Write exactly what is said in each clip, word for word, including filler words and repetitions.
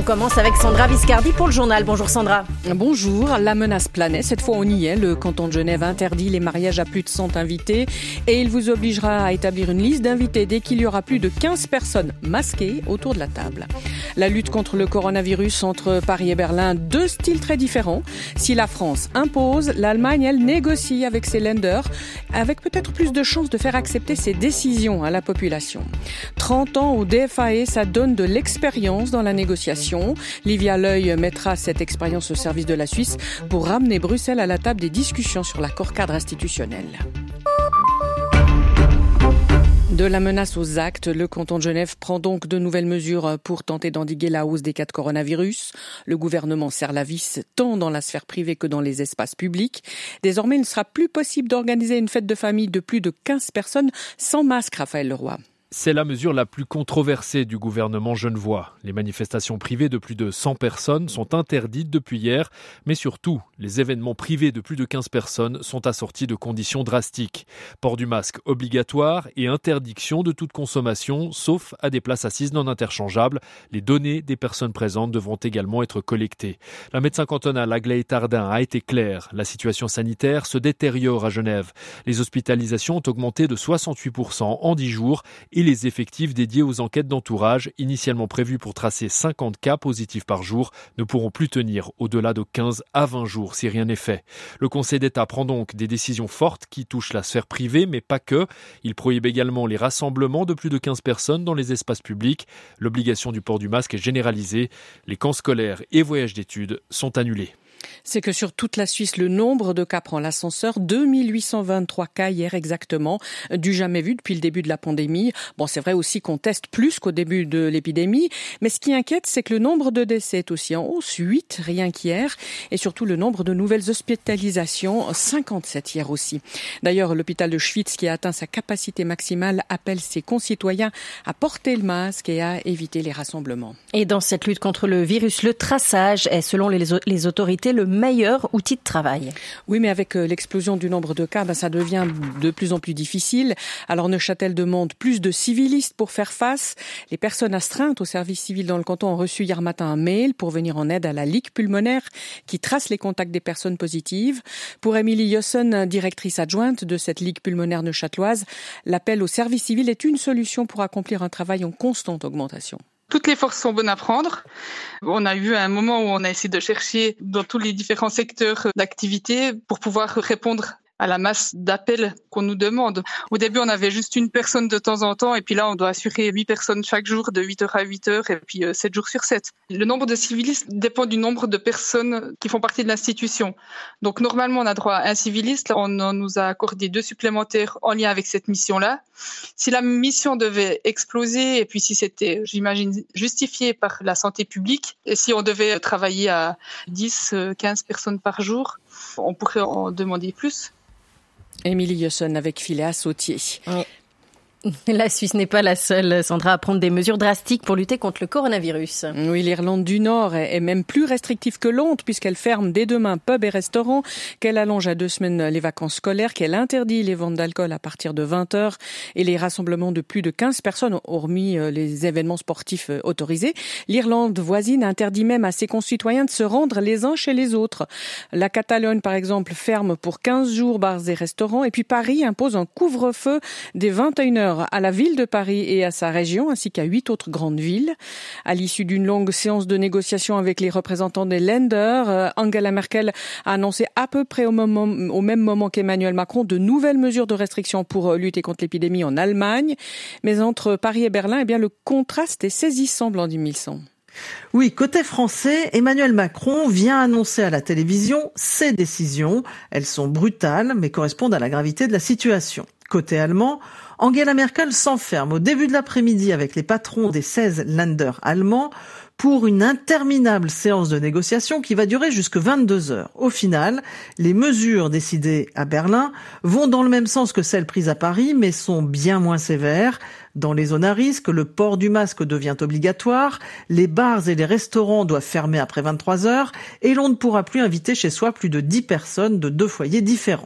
commence avec Sandra Viscardi pour le journal. Bonjour Sandra. Bonjour, la menace planait. Cette fois, on y est. Le canton de Genève interdit les mariages à plus de cent invités et il vous obligera à établir une liste d'invités dès qu'il y aura plus de quinze personnes masquées autour de la table. La lutte contre le coronavirus entre Paris et Berlin, deux styles très différents. Si la France impose, l'Allemagne, elle, négocie avec ses lenders, avec peut-être plus de chances de faire accepter ses décisions à la population. trente ans au D F A E, ça donne de l'expérience dans la négociation. Livia L'Oeil mettra cette expérience au service de la Suisse pour ramener Bruxelles à la table des discussions sur l'accord cadre institutionnel. De la menace aux actes, le canton de Genève prend donc de nouvelles mesures pour tenter d'endiguer la hausse des cas de coronavirus. Le gouvernement serre la vis tant dans la sphère privée que dans les espaces publics. Désormais, il ne sera plus possible d'organiser une fête de famille de plus de quinze personnes sans masque, Raphaël Leroy. C'est la mesure la plus controversée du gouvernement genevois. Les manifestations privées de plus de cent personnes sont interdites depuis hier, mais surtout, les événements privés de plus de quinze personnes sont assortis de conditions drastiques. Port du masque obligatoire et interdiction de toute consommation, sauf à des places assises non interchangeables. Les données des personnes présentes devront également être collectées. La médecin cantonale Aglaé Tardin a été claire. La situation sanitaire se détériore à Genève. Les hospitalisations ont augmenté de soixante-huit pour cent en dix jours et les effectifs dédiés aux enquêtes d'entourage, initialement prévus pour tracer cinquante cas positifs par jour, ne pourront plus tenir au-delà de quinze à vingt jours si rien n'est fait. Le Conseil d'État prend donc des décisions fortes qui touchent la sphère privée, mais pas que. Il prohibe également les rassemblements de plus de quinze personnes dans les espaces publics. L'obligation du port du masque est généralisée. Les camps scolaires et voyages d'études sont annulés. C'est que sur toute la Suisse, le nombre de cas prend l'ascenseur. deux mille huit cent vingt-trois cas hier exactement, du jamais vu depuis le début de la pandémie. Bon, c'est vrai aussi qu'on teste plus qu'au début de l'épidémie, mais ce qui inquiète, c'est que le nombre de décès est aussi en hausse, huit rien qu'hier, et surtout le nombre de nouvelles hospitalisations, cinquante-sept hier aussi. D'ailleurs, l'hôpital de Schwytz, qui a atteint sa capacité maximale, appelle ses concitoyens à porter le masque et à éviter les rassemblements. Et dans cette lutte contre le virus, le traçage est, selon les, les autorités, le meilleur outil de travail. Oui, mais avec l'explosion du nombre de cas, ben, ça devient de plus en plus difficile. Alors Neuchâtel demande plus de civilistes pour faire face. Les personnes astreintes au service civil dans le canton ont reçu hier matin un mail pour venir en aide à la Ligue pulmonaire qui trace les contacts des personnes positives. Pour Émilie Yossen, directrice adjointe de cette Ligue pulmonaire neuchâteloise, l'appel au service civil est une solution pour accomplir un travail en constante augmentation. Toutes les forces sont bonnes à prendre. On a eu un moment où on a essayé de chercher dans tous les différents secteurs d'activité pour pouvoir répondre à la masse d'appels qu'on nous demande. Au début, on avait juste une personne de temps en temps, et puis là, on doit assurer huit personnes chaque jour, de huit heures à huit heures, et puis euh, sept jours sur sept. Le nombre de civilistes dépend du nombre de personnes qui font partie de l'institution. Donc, normalement, on a droit à un civiliste. On en nous a accordé deux supplémentaires en lien avec cette mission-là. Si la mission devait exploser, et puis si c'était, j'imagine, justifié par la santé publique, et si on devait travailler à dix, quinze personnes par jour, on pourrait en demander plus. Émilie Yossen avec Philéa Sautier. Oui. La Suisse n'est pas la seule, Sandra, à prendre des mesures drastiques pour lutter contre le coronavirus. Oui, l'Irlande du Nord est même plus restrictive que Londres puisqu'elle ferme dès demain pubs et restaurants, qu'elle allonge à deux semaines les vacances scolaires, qu'elle interdit les ventes d'alcool à partir de vingt heures et les rassemblements de plus de quinze personnes, hormis les événements sportifs autorisés. L'Irlande voisine interdit même à ses concitoyens de se rendre les uns chez les autres. La Catalogne, par exemple, ferme pour quinze jours bars et restaurants et puis Paris impose un couvre-feu dès vingt et une heures à la ville de Paris et à sa région, ainsi qu'à huit autres grandes villes. À l'issue d'une longue séance de négociation avec les représentants des Länder, Angela Merkel a annoncé à peu près au, moment, au même moment qu'Emmanuel Macron de nouvelles mesures de restriction pour lutter contre l'épidémie en Allemagne. Mais entre Paris et Berlin, eh bien, le contraste est saisissant, Blandine Milson. Oui, côté français, Emmanuel Macron vient annoncer à la télévision ses décisions. Elles sont brutales, mais correspondent à la gravité de la situation. Côté allemand, Angela Merkel s'enferme au début de l'après-midi avec les patrons des seize Länder allemands pour une interminable séance de négociation qui va durer jusque vingt-deux heures. Au final, les mesures décidées à Berlin vont dans le même sens que celles prises à Paris, mais sont bien moins sévères. Dans les zones à risque, le port du masque devient obligatoire, les bars et les restaurants doivent fermer après vingt-trois heures et l'on ne pourra plus inviter chez soi plus de dix personnes de deux foyers différents.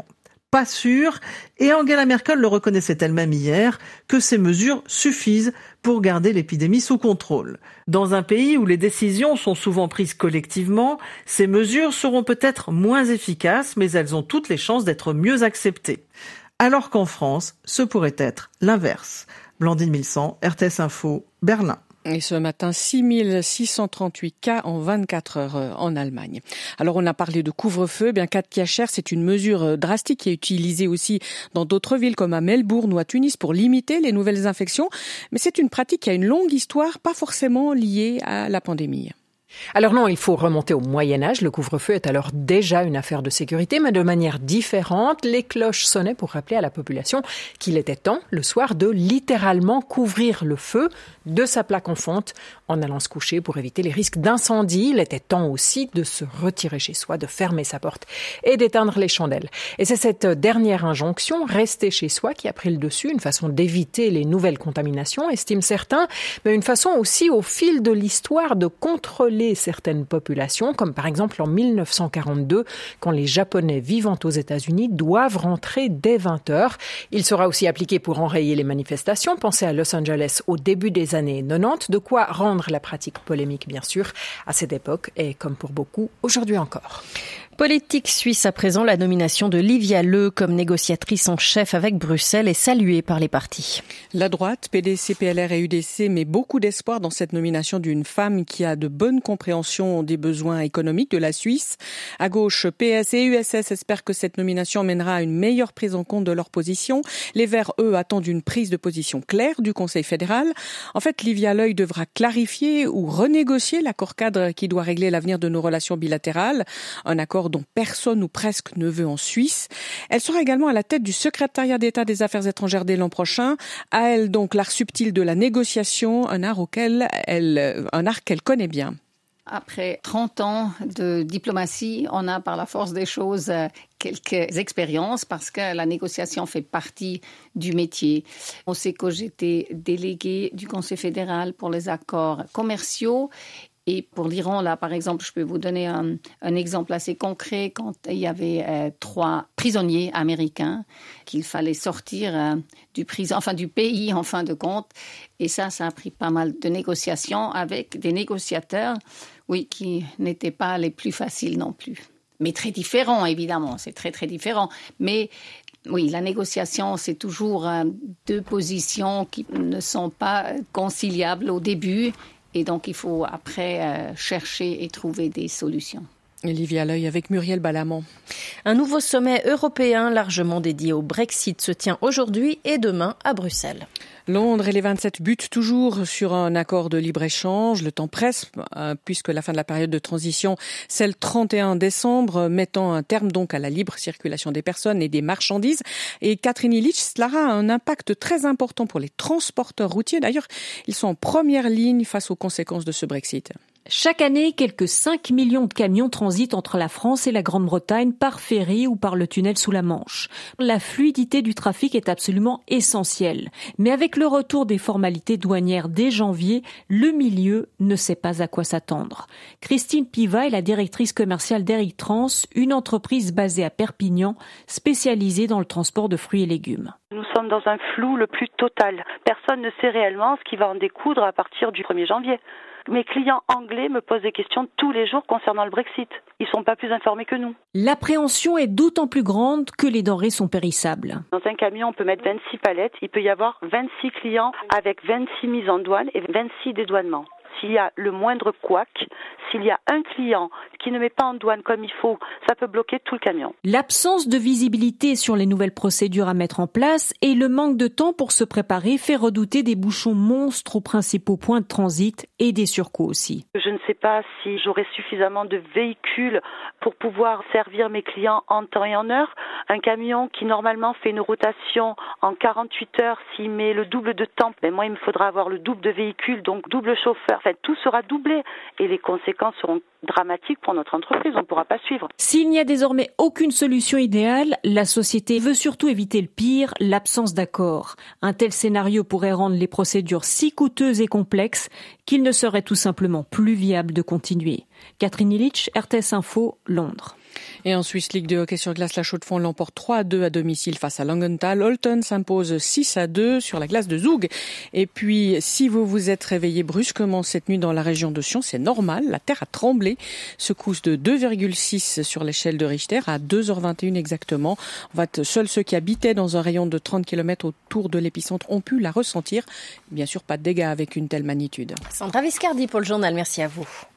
pas sûr, et Angela Merkel le reconnaissait elle-même hier, que ces mesures suffisent pour garder l'épidémie sous contrôle. Dans un pays où les décisions sont souvent prises collectivement, ces mesures seront peut-être moins efficaces, mais elles ont toutes les chances d'être mieux acceptées. Alors qu'en France, ce pourrait être l'inverse. Blandine Milsan, R T S Info, Berlin. Et ce matin, six mille six cent trente-huit cas en vingt-quatre heures en Allemagne. Alors, on a parlé de couvre-feu. Eh bien, cas de Kacher, c'est une mesure drastique qui est utilisée aussi dans d'autres villes comme à Melbourne ou à Tunis pour limiter les nouvelles infections. Mais c'est une pratique qui a une longue histoire, pas forcément liée à la pandémie. Alors non, il faut remonter au Moyen-Âge. Le couvre-feu est alors déjà une affaire de sécurité, mais de manière différente. Les cloches sonnaient pour rappeler à la population qu'il était temps, le soir, de littéralement couvrir le feu de sa plaque en fonte en allant se coucher pour éviter les risques d'incendie. Il était temps aussi de se retirer chez soi, de fermer sa porte et d'éteindre les chandelles. Et c'est cette dernière injonction, rester chez soi, qui a pris le dessus, une façon d'éviter les nouvelles contaminations, estiment certains, mais une façon aussi, au fil de l'histoire, de contrôler certaines populations, comme par exemple en mille neuf cent quarante-deux, quand les Japonais vivant aux États-Unis doivent rentrer dès vingt heures. Il sera aussi appliqué pour enrayer les manifestations. Pensez à Los Angeles au début des années quatre-vingt-dix, de quoi rendre la pratique polémique, bien sûr, à cette époque et, comme pour beaucoup, aujourd'hui encore. Politique suisse à présent, la nomination de Livia Leu comme négociatrice en chef avec Bruxelles est saluée par les partis. La droite, P D C, P L R et U D C, met beaucoup d'espoir dans cette nomination d'une femme qui a de bonnes compréhensions des besoins économiques de la Suisse. À gauche, P S et U S S espèrent que cette nomination mènera à une meilleure prise en compte de leur position. Les Verts, eux, attendent une prise de position claire du Conseil fédéral. En fait, Livia Leu devra clarifier ou renégocier l'accord cadre qui doit régler l'avenir de nos relations bilatérales. Un accord dont personne ou presque ne veut en Suisse. Elle sera également à la tête du secrétariat d'État des Affaires étrangères dès l'an prochain. À elle donc l'art subtil de la négociation, un art auquel elle, un art qu'elle connaît bien. Après trente ans de diplomatie, on a par la force des choses quelques expériences parce que la négociation fait partie du métier. On sait que j'étais déléguée du Conseil fédéral pour les accords commerciaux. Et pour l'Iran, là, par exemple, je peux vous donner un, un exemple assez concret. Quand il y avait euh, trois prisonniers américains qu'il fallait sortir euh, du, prison, enfin, du pays, en fin de compte. Et ça, ça a pris pas mal de négociations avec des négociateurs, oui, qui n'étaient pas les plus faciles non plus. Mais très différents, évidemment. C'est très, très différent. Mais oui, la négociation, c'est toujours euh, deux positions qui ne sont pas conciliables au début. Et donc, il faut après euh, chercher et trouver des solutions. Livia Leu avec Muriel Balamant. Un nouveau sommet européen largement dédié au Brexit se tient aujourd'hui et demain à Bruxelles. Londres et les vingt-sept butent toujours sur un accord de libre-échange. Le temps presse, euh, puisque la fin de la période de transition, c'est le trente et un décembre, mettant un terme donc à la libre circulation des personnes et des marchandises. Et Catherine Illich, cela a un impact très important pour les transporteurs routiers. D'ailleurs, ils sont en première ligne face aux conséquences de ce Brexit. Chaque année, quelques cinq millions de camions transitent entre la France et la Grande-Bretagne par ferry ou par le tunnel sous la Manche. La fluidité du trafic est absolument essentielle. Mais avec le retour des formalités douanières dès janvier, le milieu ne sait pas à quoi s'attendre. Christine Piva est la directrice commerciale d'Eric Trans, une entreprise basée à Perpignan, spécialisée dans le transport de fruits et légumes. Nous sommes dans un flou le plus total. Personne ne sait réellement ce qui va en découdre à partir du premier janvier. Mes clients anglais me posent des questions tous les jours concernant le Brexit. Ils ne sont pas plus informés que nous. L'appréhension est d'autant plus grande que les denrées sont périssables. Dans un camion, on peut mettre vingt-six palettes. Il peut y avoir vingt-six clients avec vingt-six mises en douane et vingt-six dédouanements. S'il y a le moindre couac, s'il y a un client qui ne met pas en douane comme il faut, ça peut bloquer tout le camion. L'absence de visibilité sur les nouvelles procédures à mettre en place et le manque de temps pour se préparer fait redouter des bouchons monstres aux principaux points de transit et des surcoûts aussi. Je ne sais pas si j'aurai suffisamment de véhicules pour pouvoir servir mes clients en temps et en heure. Un camion qui normalement fait une rotation en quarante-huit heures, s'il met le double de temps, ben moi il me faudra avoir le double de véhicules, donc double chauffeur. Enfin, tout sera doublé et les conséquences seront dramatiques pour notre entreprise. On ne pourra pas suivre. S'il n'y a désormais aucune solution idéale, la société veut surtout éviter le pire, l'absence d'accord. Un tel scénario pourrait rendre les procédures si coûteuses et complexes qu'il ne serait tout simplement plus viable de continuer. Catherine Illich, R T S Info, Londres. Et en Swiss League de hockey sur glace, la Chaux-de-Fonds l'emporte trois à deux à domicile face à Langenthal. Holton s'impose six à deux sur la glace de Zoug. Et puis, si vous vous êtes réveillé brusquement cette nuit dans la région de Sion, c'est normal. La terre a tremblé. Secousse de deux virgule six sur l'échelle de Richter à deux heures vingt et une exactement. En fait, seuls ceux qui habitaient dans un rayon de trente kilomètres autour de l'épicentre ont pu la ressentir. Bien sûr, pas de dégâts avec une telle magnitude. Sandra Viscardi pour le journal. Merci à vous.